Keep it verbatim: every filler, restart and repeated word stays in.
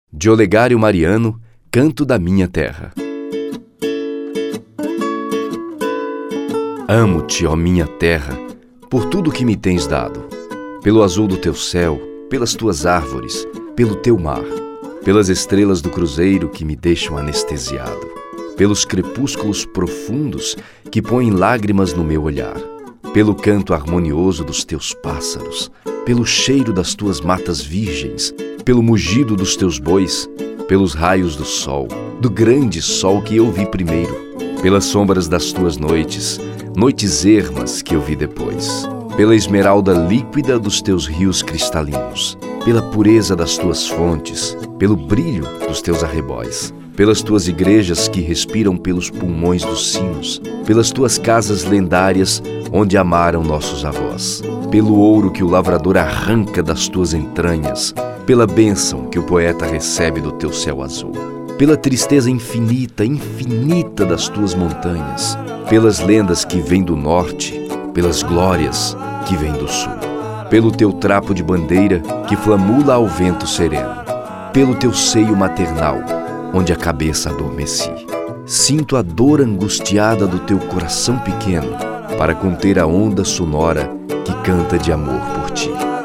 De Olegário Mariano, Canto da Minha Terra. Amo-te, ó minha terra, por tudo que me tens dado, pelo azul do teu céu, pelas tuas árvores, pelo teu mar, pelas estrelas do cruzeiro que me deixam anestesiado, pelos crepúsculos profundos que põem lágrimas no meu olhar, pelo canto harmonioso dos teus pássaros, pelo cheiro das tuas matas virgens, pelo mugido dos teus bois, pelos raios do sol, do grande sol que eu vi primeiro, pelas sombras das tuas noites, noites ermas que eu vi depois, pela esmeralda líquida dos teus rios cristalinos, pela pureza das tuas fontes, pelo brilho dos teus arrebóis, pelas tuas igrejas que respiram pelos pulmões dos sinos, pelas tuas casas lendárias onde amaram nossos avós, pelo ouro que o lavrador arranca das tuas entranhas, pela bênção que o poeta recebe do teu céu azul, pela tristeza infinita, infinita das tuas montanhas, pelas lendas que vêm do norte, pelas glórias que vêm do sul, pelo teu trapo de bandeira que flamula ao vento sereno, pelo teu seio maternal, onde a cabeça adormeci. Sinto a dor angustiada do teu coração pequeno para conter a onda sonora que canta de amor por ti.